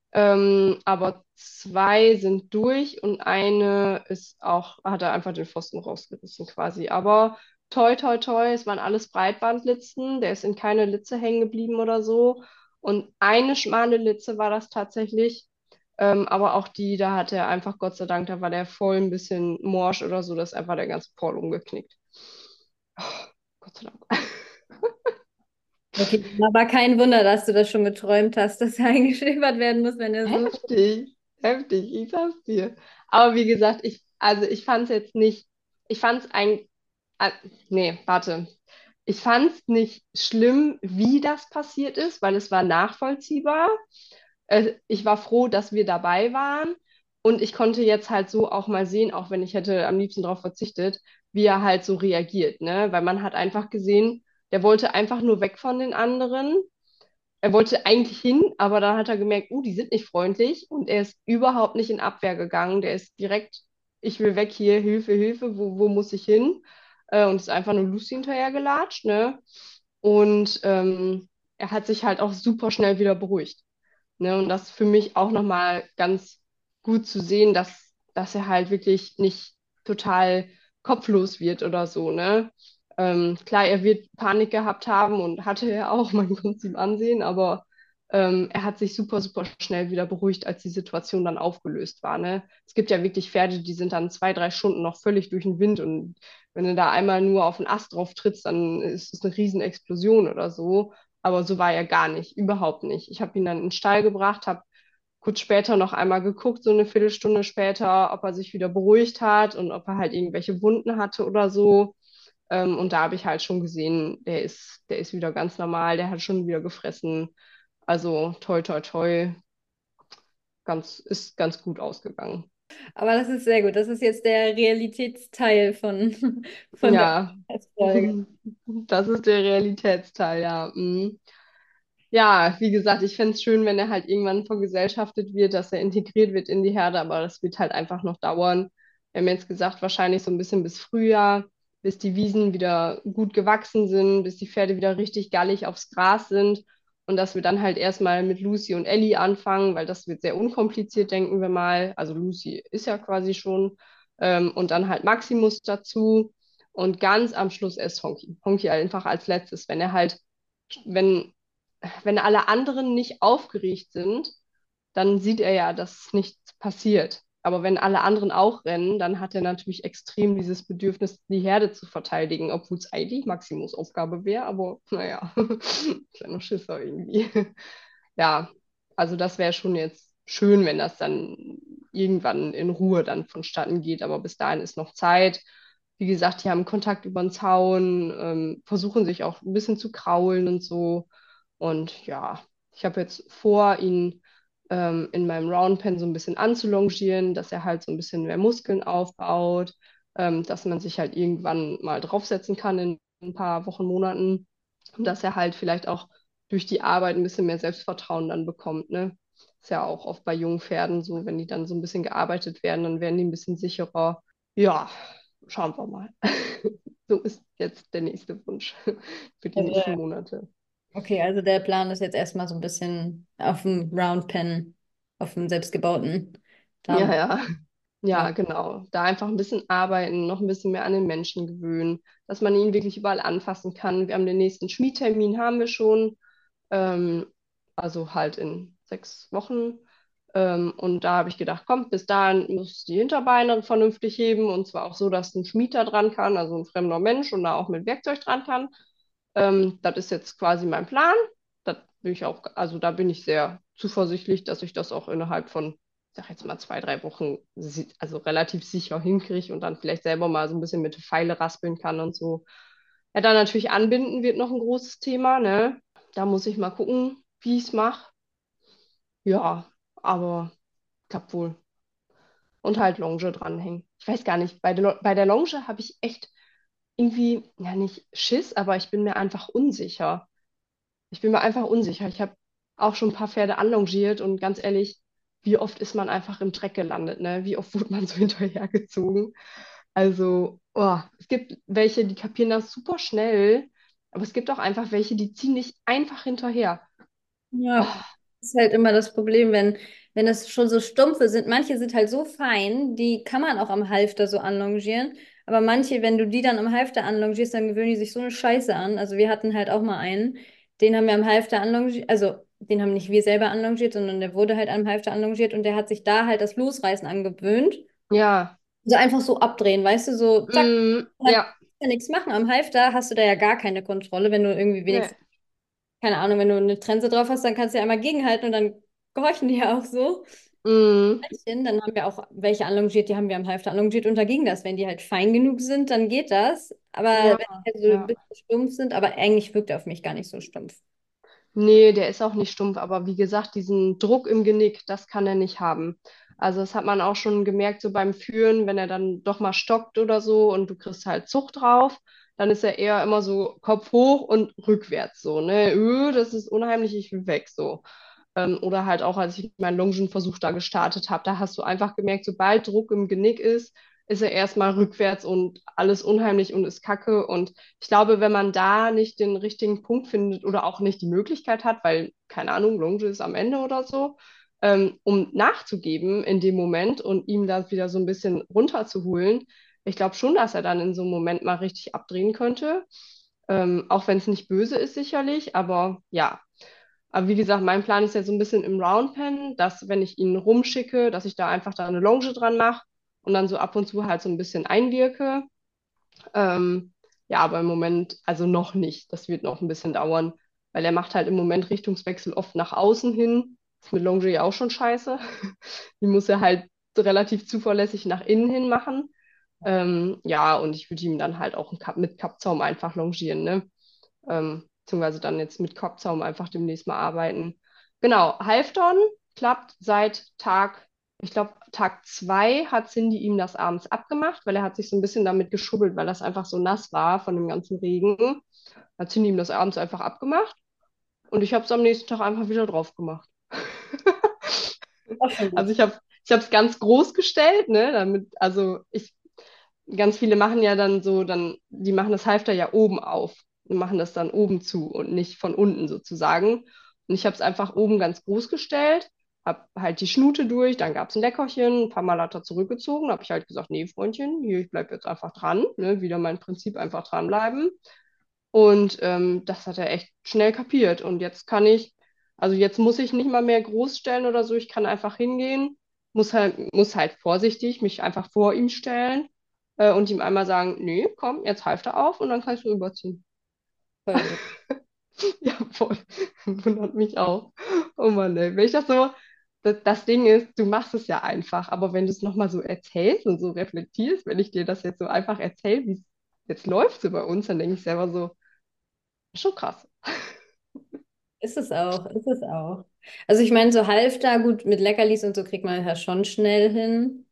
Aber zwei sind durch und eine ist auch, hat er einfach den Pfosten rausgerissen quasi. Aber toi, toi, toi, es waren alles Breitbandlitzen. Der ist in keine Litze hängen geblieben oder so. Und eine schmale Litze war das tatsächlich. Aber auch die, da hat er einfach, Gott sei Dank, da war der voll ein bisschen morsch oder so, da ist einfach der ganze Paul umgeknickt. Oh, Gott sei Dank. Okay, aber kein Wunder, dass du das schon geträumt hast, dass er eingeschläfert werden muss, wenn er so. Heftig, heftig, ich sag's dir. Aber wie gesagt, also ich fand es jetzt nicht, ich fand es äh, nee, warte. Ich fand es nicht schlimm, wie das passiert ist, weil es war nachvollziehbar. Ich war froh, dass wir dabei waren und ich konnte jetzt halt so auch mal sehen, auch wenn ich hätte am liebsten darauf verzichtet, wie er halt so reagiert, ne? Weil man hat einfach gesehen, der wollte einfach nur weg von den anderen. Er wollte eigentlich hin, aber dann hat er gemerkt, die sind nicht freundlich und er ist überhaupt nicht in Abwehr gegangen. Der ist direkt, ich will weg hier, Hilfe, Hilfe, wo muss ich hin? Und ist einfach nur Lucy hinterhergelatscht, ne? Und er hat sich halt auch super schnell wieder beruhigt. Ne? Und das ist für mich auch nochmal ganz gut zu sehen, dass er halt wirklich nicht total kopflos wird oder so, ne? Klar, er wird Panik gehabt haben und hatte er auch, man konnte es ihm ansehen, aber er hat sich super, super schnell wieder beruhigt, als die Situation dann aufgelöst war, ne? Es gibt ja wirklich Pferde, die sind dann 2, 3 Stunden noch völlig durch den Wind und wenn du da einmal nur auf den Ast drauf trittst, dann ist es eine riesen Explosion oder so. Aber so war er gar nicht, überhaupt nicht. Ich habe ihn dann in den Stall gebracht, habe kurz später noch einmal geguckt, so eine Viertelstunde später, ob er sich wieder beruhigt hat und ob er halt irgendwelche Wunden hatte oder so. Und da habe ich halt schon gesehen, der ist wieder ganz normal, der hat schon wieder gefressen. Also toi, toi, toi, ist ganz gut ausgegangen. Aber das ist sehr gut. Das ist jetzt der Realitätsteil von der Ja, Folge. das ist der Realitätsteil, ja. Ja, wie gesagt, ich fände es schön, wenn er halt irgendwann vergesellschaftet wird, dass er integriert wird in die Herde, aber das wird halt einfach noch dauern. Wir haben jetzt gesagt, wahrscheinlich so ein bisschen bis Frühjahr, bis die Wiesen wieder gut gewachsen sind, bis die Pferde wieder richtig gallig aufs Gras sind und dass wir dann halt erstmal mit Lucy und Ellie anfangen, weil das wird sehr unkompliziert, denken wir mal. Also Lucy ist ja quasi schon und dann halt Maximus dazu und ganz am Schluss erst Honky. Honky einfach als letztes, wenn wenn alle anderen nicht aufgeregt sind, dann sieht er ja, dass nichts passiert. Aber wenn alle anderen auch rennen, dann hat er natürlich extrem dieses Bedürfnis, die Herde zu verteidigen, obwohl es eigentlich Maximus Aufgabe wäre, aber naja, kleiner Schisser irgendwie. Ja, also das wäre schon jetzt schön, wenn das dann irgendwann in Ruhe dann vonstatten geht, aber bis dahin ist noch Zeit. Wie gesagt, die haben Kontakt über den Zaun, versuchen sich auch ein bisschen zu kraulen und so. Und ja, ich habe jetzt vor, ihn in meinem Round Pen so ein bisschen anzulongieren, dass er halt so ein bisschen mehr Muskeln aufbaut, dass man sich halt irgendwann mal draufsetzen kann in ein paar Wochen, Monaten und dass er halt vielleicht auch durch die Arbeit ein bisschen mehr Selbstvertrauen dann bekommt, ne? Ist ja auch oft bei jungen Pferden so, wenn die dann so ein bisschen gearbeitet werden, dann werden die ein bisschen sicherer. Ja, schauen wir mal. So ist jetzt der nächste Wunsch für die Also, nächsten Monate. okay, also der Plan ist jetzt erstmal so ein bisschen auf dem Round Pen, auf dem selbstgebauten. Ja, Da, ja. ja. Ja, genau. Da einfach ein bisschen arbeiten, noch ein bisschen mehr an den Menschen gewöhnen, dass man ihn wirklich überall anfassen kann. Wir haben den nächsten Schmiedtermin, haben wir schon, ähm, also halt in 6 Wochen. Und da habe ich gedacht, komm, bis dahin muss die Hinterbeine vernünftig heben und zwar auch so, dass ein Schmied da dran kann, also ein fremder Mensch und da auch mit Werkzeug dran kann. Das ist jetzt quasi mein Plan. Das bin ich auch, also da bin ich sehr zuversichtlich, dass ich das auch innerhalb von, ich sag jetzt mal 2, 3 Wochen, also relativ sicher hinkriege und dann vielleicht selber mal so ein bisschen mit Pfeile raspeln kann und so. Ja, dann natürlich anbinden wird noch ein großes Thema, ne? Da muss ich mal gucken, wie ich es mache. Ja, aber klappt wohl. Und halt Longe dranhängen. Ich weiß gar nicht, bei der Longe habe ich echt irgendwie, ja nicht Schiss, aber ich bin mir einfach unsicher. Ich bin mir einfach unsicher. Ich habe auch schon ein paar Pferde anlongiert und ganz ehrlich, wie oft ist man einfach im Dreck gelandet, ne? Wie oft wurde man so hinterhergezogen? Also, oh, es gibt welche, die kapieren das super schnell, aber es gibt auch einfach welche, die ziehen dich einfach hinterher. Ja, Oh, das ist halt immer das Problem, wenn das schon so stumpfe sind. Manche sind halt so fein, die kann man auch am Halfter so anlongieren. Aber manche, wenn du die dann am Halfter anlongierst, dann gewöhnen die sich so eine Scheiße an. Also wir hatten halt auch mal einen, den haben wir am Halfter anlongiert, also den haben nicht wir selber anlongiert, sondern der wurde halt am Halfter anlongiert und der hat sich da halt das Losreißen angewöhnt. ja, So einfach so abdrehen, weißt du, so zack, dann kannst ja, du ja nichts machen. Am Halfter hast du da ja gar keine Kontrolle, wenn du irgendwie ne, wenigstens keine Ahnung, wenn du eine Trense drauf hast, dann kannst du ja einmal gegenhalten und dann gehorchen die ja auch so. mm, Dann haben wir auch welche anlongiert, die haben wir am Halfter anlongiert und da ging das. Wenn die halt fein genug sind, dann geht das. Aber ja, wenn die halt so ein ja. bisschen stumpf sind, aber eigentlich wirkt er auf mich gar nicht so stumpf. Nee, der ist auch nicht stumpf, aber wie gesagt, diesen Druck im Genick, das kann er nicht haben. Also das hat man auch schon gemerkt, so beim Führen, wenn er dann doch mal stockt oder so und du kriegst halt Zug drauf, dann ist er eher immer so Kopf hoch und rückwärts so, ne? Das ist unheimlich, ich will weg so. Oder halt auch, als ich meinen Longenversuch da gestartet habe, da hast du einfach gemerkt, sobald Druck im Genick ist er erstmal rückwärts und alles unheimlich und ist kacke. Und ich glaube, wenn man da nicht den richtigen Punkt findet oder auch nicht die Möglichkeit hat, weil, keine Ahnung, Longe ist am Ende oder so, um nachzugeben in dem Moment und ihm da wieder so ein bisschen runterzuholen, ich glaube schon, dass er dann in so einem Moment mal richtig abdrehen könnte. Auch wenn es nicht böse ist, sicherlich, aber ja. Aber wie gesagt, mein Plan ist ja so ein bisschen im Roundpen, dass wenn ich ihn rumschicke, dass ich da einfach da eine Longe dran mache und dann so ab und zu halt so ein bisschen einwirke. Ähm, ja, aber im Moment, also noch nicht. Das wird noch ein bisschen dauern, weil er macht halt im Moment Richtungswechsel oft nach außen hin. Ist mit Longe ja auch schon scheiße. Die muss er halt relativ zuverlässig nach innen hin machen. Ja, und ich würde ihm dann halt auch mit Kappzaum einfach longieren, ne? Beziehungsweise dann jetzt mit Kappzaum einfach demnächst mal arbeiten. Genau, Halfdown klappt seit ich glaube, Tag 2 hat Cindy ihm das abends abgemacht, weil er hat sich so ein bisschen damit geschubbelt, weil das einfach so nass war von dem ganzen Regen. Hat Cindy ihm das abends einfach abgemacht und ich habe es am nächsten Tag einfach wieder drauf gemacht. Auch schon Also gut. ich habe es ganz groß gestellt, ne, ganz viele machen ja dann so, die machen das Halfter ja oben auf und machen das dann oben zu und nicht von unten sozusagen. Und ich habe es einfach oben ganz groß gestellt, habe halt die Schnute durch, dann gab es ein Leckerchen, ein paar Mal hat er zurückgezogen, habe ich halt gesagt, nee, Freundchen, hier, ich bleibe jetzt einfach dran, ne, wieder mein Prinzip, einfach dranbleiben. Und das hat er echt schnell kapiert. Und also jetzt muss ich nicht mal mehr groß stellen oder so, ich kann einfach hingehen, muss halt vorsichtig mich einfach vor ihm stellen und ihm einmal sagen, nee, komm, jetzt half er auf und dann kannst du überziehen. Voll gut. Ja, voll. Wundert mich auch. Oh Mann, ey. Wenn ich das Ding ist, du machst es ja einfach, aber wenn du es nochmal so erzählst und so reflektierst, wenn ich dir das jetzt so einfach erzähle, wie es jetzt läuft so bei uns, dann denke ich selber so, schon krass. Ist es auch, ist es auch. Also ich meine, so Halfter, gut, mit Leckerlis und so kriegt man ja schon schnell hin.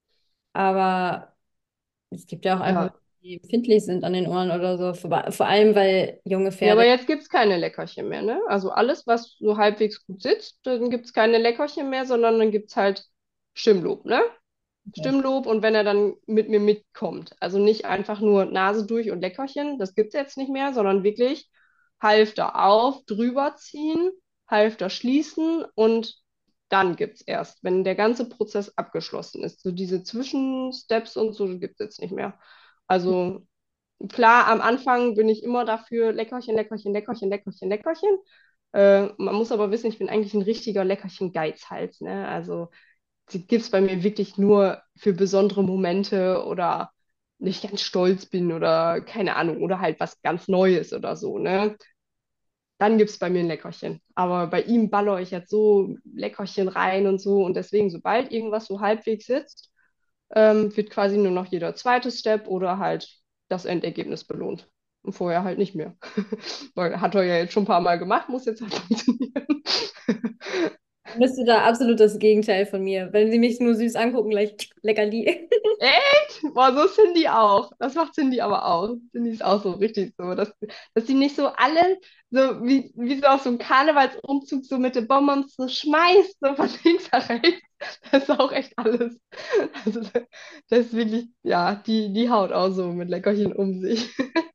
Aber es gibt ja auch einfach, Ja. Leute, die empfindlich sind an den Ohren oder so. Vor allem, weil junge Ja, Pferde. aber jetzt gibt es keine Leckerchen mehr, ne? Also alles, was so halbwegs gut sitzt, dann gibt es keine Leckerchen mehr, sondern dann gibt es halt Stimmlob, ne? Stimmlob und wenn er dann mit mir mitkommt. Also nicht einfach nur Nase durch und Leckerchen, das gibt es jetzt nicht mehr, sondern wirklich Halfter auf, drüber ziehen, Halfter schließen und dann gibt es erst, wenn der ganze Prozess abgeschlossen ist. So diese Zwischensteps und so gibt es jetzt nicht mehr. Also klar, am Anfang bin ich immer dafür Leckerchen, Leckerchen, Leckerchen, Leckerchen, Leckerchen. Man muss aber wissen, ich bin eigentlich ein richtiger Leckerchen-Geizhals, ne? Also die gibt es bei mir wirklich nur für besondere Momente oder nicht ganz stolz bin oder keine Ahnung oder halt was ganz Neues oder so, ne? Dann gibt es bei mir ein Leckerchen. Aber bei ihm ballere ich jetzt so Leckerchen rein und so und deswegen, sobald irgendwas so halbwegs sitzt, wird quasi nur noch jeder zweite Step oder halt das Endergebnis belohnt. Und vorher halt nicht mehr. Weil hat er ja jetzt schon ein paar Mal gemacht, muss jetzt halt funktionieren. Bist du da absolut das Gegenteil von mir? Wenn sie mich nur süß angucken, gleich Leckerli. Echt? Boah, so Cindy auch. Das macht Cindy aber auch. Cindy ist auch so richtig so, dass sie nicht so alle, so wie so auf so einem Karnevalsumzug so mit den Bonbons so schmeißt, so von links nach rechts. Das ist auch echt alles. Also das ist wirklich, ja, die haut auch so mit Leckerchen um sich.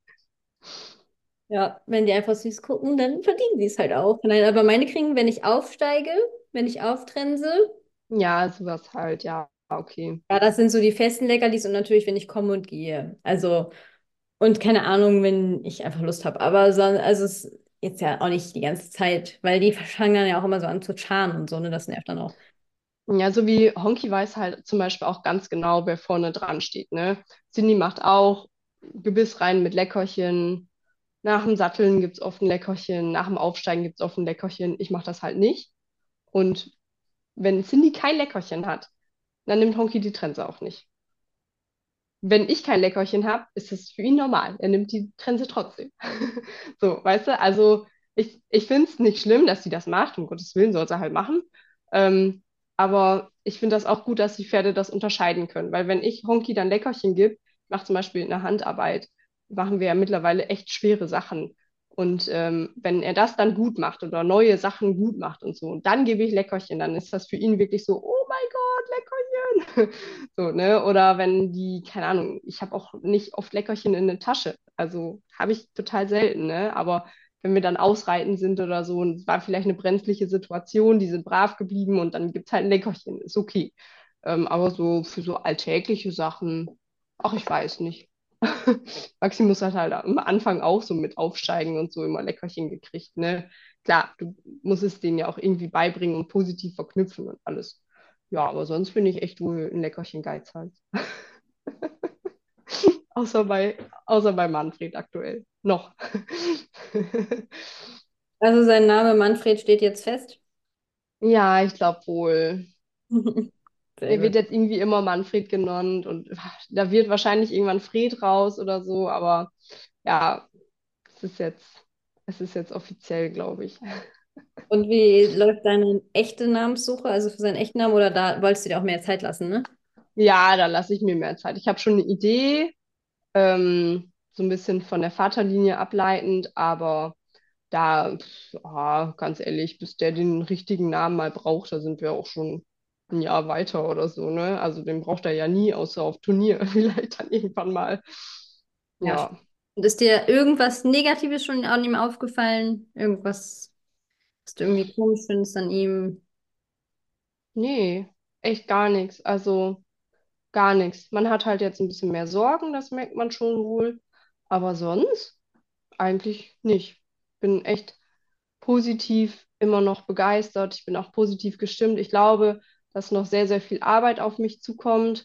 Ja, wenn die einfach süß gucken, dann verdienen sie es halt auch. Nein, aber meine kriegen, wenn ich aufsteige, wenn ich auftrense, Ja, sowas halt, ja, okay. ja, das sind so die festen Leckerlis und natürlich, wenn ich komme und gehe. Also, und keine Ahnung, wenn ich einfach Lust habe. Aber so, also es ist jetzt ja auch nicht die ganze Zeit, weil die fangen dann ja auch immer so an zu scharen und so, ne? Das nervt dann auch. Ja, so wie Honky weiß halt zum Beispiel auch ganz genau, wer vorne dran steht, ne? Cindy macht auch Gebiss rein mit Leckerchen. Nach dem Satteln gibt es oft ein Leckerchen, nach dem Aufsteigen gibt es oft ein Leckerchen. Ich mache das halt nicht. Und wenn Cindy kein Leckerchen hat, dann nimmt Honky die Trense auch nicht. Wenn ich kein Leckerchen habe, ist das für ihn normal. Er nimmt die Trense trotzdem. So, weißt du? Also ich finde es nicht schlimm, dass sie das macht. Um Gottes Willen soll sie halt machen. Ähm, aber ich finde das auch gut, dass die Pferde das unterscheiden können. Weil wenn ich Honky dann Leckerchen gebe, ich mache zum Beispiel in der Handarbeit, machen wir ja mittlerweile echt schwere Sachen. Und wenn er das dann gut macht oder neue Sachen gut macht und so, und dann gebe ich Leckerchen, dann ist das für ihn wirklich so, oh mein Gott, Leckerchen. So, ne? Oder wenn die, keine Ahnung, ich habe auch nicht oft Leckerchen in der Tasche. Also habe ich total selten, ne? Aber wenn wir dann ausreiten sind oder so und es war vielleicht eine brenzliche Situation, die sind brav geblieben und dann gibt es halt ein Leckerchen, ist okay. Aber so für so alltägliche Sachen, Ach, ich weiß nicht. Maximus hat halt am Anfang auch so mit Aufsteigen und so immer Leckerchen gekriegt, ne? Klar, du musst es denen ja auch irgendwie beibringen und positiv verknüpfen und alles. Ja, aber sonst bin ich echt wohl ein Leckerchen Geizhals. Außer außer bei Manfred aktuell. Noch. Also sein Name Manfred steht jetzt fest. Ja, ich glaube wohl. Sehr Der gut. wird jetzt irgendwie immer Manfred genannt und da wird wahrscheinlich irgendwann Fred raus oder so, aber ja, es ist jetzt, es ist jetzt offiziell, glaube ich. Und wie läuft deine echte Namenssuche, also für seinen echten Namen, oder da wolltest du dir auch mehr Zeit lassen, ne? Ja, da lasse ich mir mehr Zeit. Ich habe schon eine Idee, so ein bisschen von der Vaterlinie ableitend, aber da, ganz ehrlich, bis der den richtigen Namen mal braucht, da sind wir auch schon ein Jahr weiter oder so, ne? Also den braucht er ja nie, außer auf Turnier, vielleicht dann irgendwann mal. Ja. Ja, Und ist dir irgendwas Negatives schon an ihm aufgefallen? Irgendwas, was du irgendwie komisch findest an ihm? nee, echt gar nichts. Also gar nichts. Man hat halt jetzt ein bisschen mehr Sorgen, das merkt man schon wohl. Aber sonst eigentlich nicht. Bin echt positiv immer noch begeistert. Ich bin auch positiv gestimmt. Ich glaube, dass noch sehr, sehr viel Arbeit auf mich zukommt.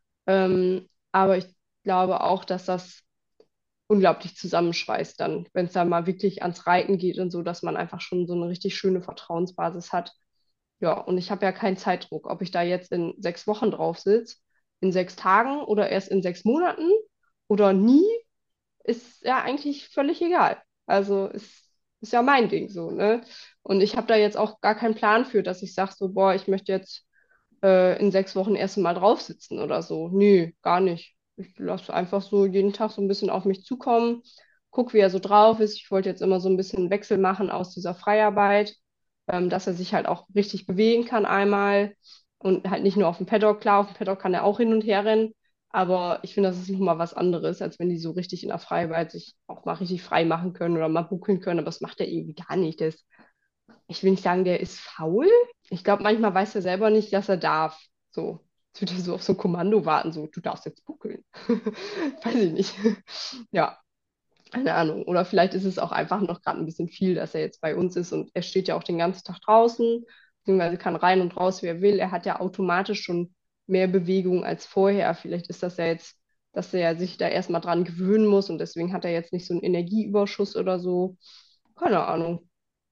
Aber ich glaube auch, dass das unglaublich zusammenschweißt dann, wenn es dann mal wirklich ans Reiten geht und so, dass man einfach schon so eine richtig schöne Vertrauensbasis hat. Ja, und ich habe ja keinen Zeitdruck, ob ich da jetzt in 6 Wochen drauf sitze, in 6 Tagen oder erst in 6 Monaten oder nie, ist ja eigentlich völlig egal. Also ist ja mein Ding so, ne? Und ich habe da jetzt auch gar keinen Plan für, dass ich sage so, boah, ich möchte jetzt in 6 Wochen erst mal drauf sitzen oder so. Nö, gar nicht. Ich lasse einfach so jeden Tag so ein bisschen auf mich zukommen, guck, wie er so drauf ist. Ich wollte jetzt immer so ein bisschen einen Wechsel machen aus dieser Freiarbeit, dass er sich halt auch richtig bewegen kann einmal und halt nicht nur auf dem Paddock. Klar, auf dem Paddock kann er auch hin und her rennen, aber ich finde, das ist nochmal was anderes, als wenn die so richtig in der Freiarbeit sich auch mal richtig frei machen können oder mal buckeln können, aber das macht er irgendwie gar nicht. Ich will nicht sagen, der ist faul. Ich glaube, manchmal weiß er selber nicht, dass er darf. So, jetzt wird er so auf so ein Kommando warten, so, du darfst jetzt buckeln. Weiß ich nicht. Ja, keine Ahnung. Oder vielleicht ist es auch einfach noch gerade ein bisschen viel, dass er jetzt bei uns ist und er steht ja auch den ganzen Tag draußen, beziehungsweise kann rein und raus, wie er will. Er hat ja automatisch schon mehr Bewegung als vorher. Vielleicht ist das ja jetzt, dass er sich da erstmal dran gewöhnen muss und deswegen hat er jetzt nicht so einen Energieüberschuss oder so. Keine Ahnung.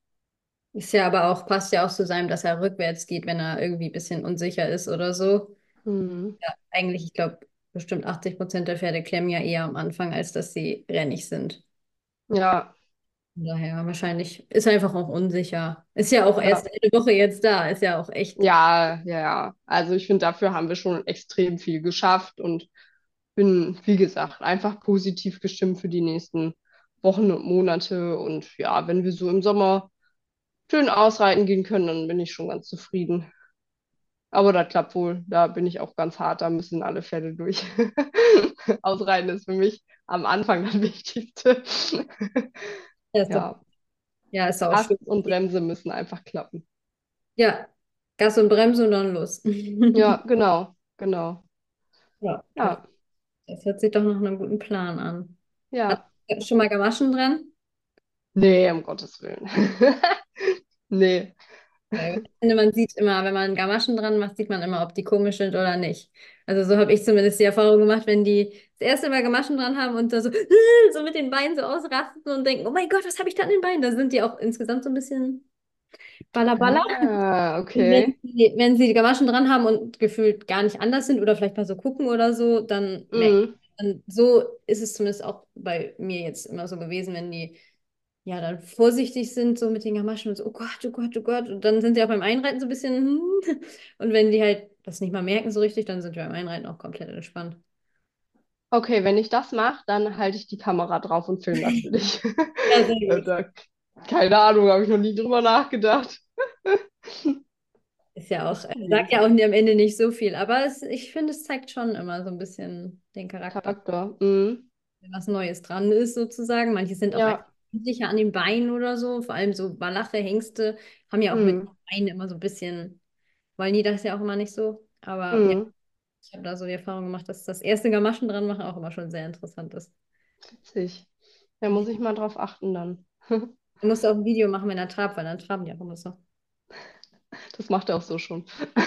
Ist ja aber auch, passt ja auch zu seinem, dass er rückwärts geht, wenn er irgendwie ein bisschen unsicher ist oder so. Hm. Ja, eigentlich, ich glaube, bestimmt 80% der Pferde klemmen ja eher am Anfang, als dass sie rennig sind. Ja, Von daher, wahrscheinlich ist er einfach auch unsicher. Ist ja auch ja. erst eine Woche jetzt da, ist ja auch echt. Ja, ja, ja. Also ich finde, dafür haben wir schon extrem viel geschafft und bin, wie gesagt, einfach positiv gestimmt für die nächsten Wochen und Monate. Und ja, wenn wir so im Sommer schön ausreiten gehen können, dann bin ich schon ganz zufrieden. Aber das klappt wohl. Da bin ich auch ganz hart. Da müssen alle Pferde durch. Ausreiten ist für mich am Anfang das Wichtigste. Ja, ist doch, Ja, ja, ist auch Gas schön. und Bremse müssen einfach klappen. Ja, Gas und Bremse und dann los. Ja, genau, genau. Ja, perfekt. Ja, Das hört sich doch nach einem guten Plan an. Hast ja. du schon mal Gamaschen dran? Nee, um Gottes Willen. Nee. Ja, ich finde, man sieht immer, wenn man Gamaschen dran macht, sieht man immer, ob die komisch sind oder nicht. Also so habe ich zumindest die Erfahrung gemacht, wenn die das erste Mal Gamaschen dran haben und da so, so mit den Beinen so ausrasten und denken, oh mein Gott, was habe ich da an den Beinen? Da sind die auch insgesamt so ein bisschen ballerballer. Ah, Und okay. wenn sie die Gamaschen dran haben und gefühlt gar nicht anders sind oder vielleicht mal so gucken oder so, dann merkt Mhm. man, so ist es zumindest auch bei mir jetzt immer so gewesen, wenn die ja dann vorsichtig sind, so mit den Gamaschen und so, oh Gott, oh Gott, oh Gott. Und dann sind sie auch beim Einreiten so ein bisschen, und wenn die halt das nicht mal merken so richtig, dann sind wir beim Einreiten auch komplett entspannt. Okay, wenn ich das mache, dann halte ich die Kamera drauf und filme das für dich. Ja, sehr gut. Da, keine Ahnung, habe ich noch nie drüber nachgedacht. Ist ja auch, sagt Lustig. ja auch am Ende nicht so viel, aber ich finde, es zeigt schon immer so ein bisschen den Charakter, Charakter. Mhm. wenn was Neues dran ist sozusagen. Manche sind auch einfach Ja. unsicher an den Beinen oder so, vor allem so Walache, Hengste haben ja auch mit den Mhm. Beinen immer so ein bisschen, wollen die das ja auch immer nicht so, aber ja, Mhm. Ich habe da so die Erfahrung gemacht, dass das erste Gamaschen dran machen auch immer schon sehr interessant ist. Witzig. Da muss ich mal drauf achten dann. Du musst auch ein Video machen, wenn er trabt, weil dann traben die auch immer so. Das macht er auch so schon.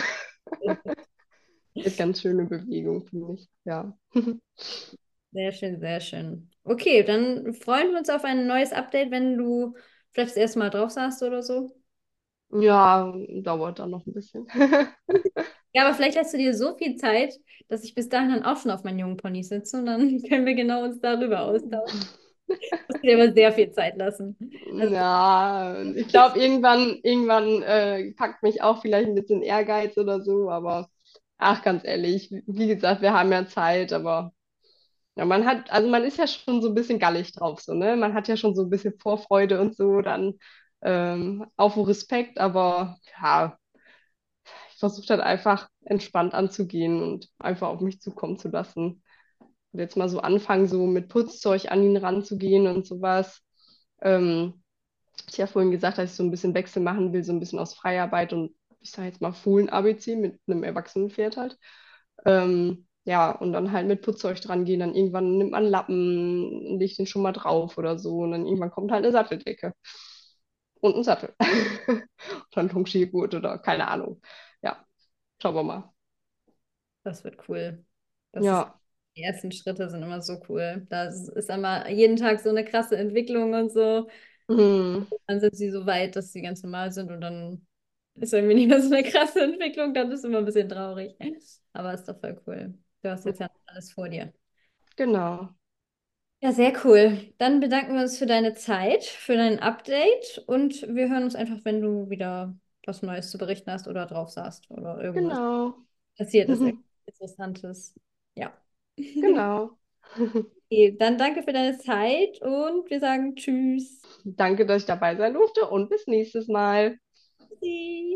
Ist ganz schöne Bewegung, finde ich. Ja. Sehr schön, sehr schön. Okay, dann freuen wir uns auf ein neues Update, wenn du vielleicht das erste Mal drauf saßt oder so. Ja, dauert dann noch ein bisschen. Ja, aber vielleicht lässt du dir so viel Zeit, dass ich bis dahin dann auch schon auf meinen jungen Pony sitze und dann können wir genau uns darüber austauschen. Musst du dir aber sehr viel Zeit lassen. Also, Ja, ich glaube, irgendwann packt mich auch vielleicht ein bisschen Ehrgeiz oder so, aber ach, ganz ehrlich, wie gesagt, wir haben ja Zeit, aber ja, also man ist ja schon so ein bisschen gallig drauf, so, ne? Man hat ja schon so ein bisschen Vorfreude und so, dann auch Respekt, aber ja, ich versuche dann einfach entspannt anzugehen und einfach auf mich zukommen zu lassen. Und jetzt mal so anfangen, so mit Putzzeug an ihn ranzugehen und sowas. Ich ja vorhin gesagt, dass ich so ein bisschen Wechsel machen will, so ein bisschen aus Freiarbeit und ich sage jetzt mal Fohlen-ABC mit einem Erwachsenenpferd halt. Ja, und dann halt mit Putzzeug dran gehen. Dann irgendwann nimmt man einen Lappen, legt den schon mal drauf oder so. Und dann irgendwann kommt halt eine Satteldecke und ein Sattel. Oder ein Longiergurt oder keine Ahnung. Ja, schauen wir mal. das wird cool. Das ist, Ja, die ersten Schritte sind immer so cool. Das ist immer jeden Tag so eine krasse Entwicklung und so. hm, Dann sind sie so weit, dass sie ganz normal sind und dann ist irgendwie nicht mehr so eine krasse Entwicklung. Dann ist es immer ein bisschen traurig. Aber ist doch voll cool. Du hast jetzt ja noch alles vor dir. genau. Ja, sehr cool. Dann bedanken wir uns für deine Zeit, für dein Update und wir hören uns einfach, wenn du wieder was Neues zu berichten hast oder drauf saßt oder irgendwas Genau. passiert ist, irgendwas Interessantes. Ja. Genau. Okay, dann danke für deine Zeit und wir sagen Tschüss. Danke, dass ich dabei sein durfte und bis nächstes Mal. Tschüssi.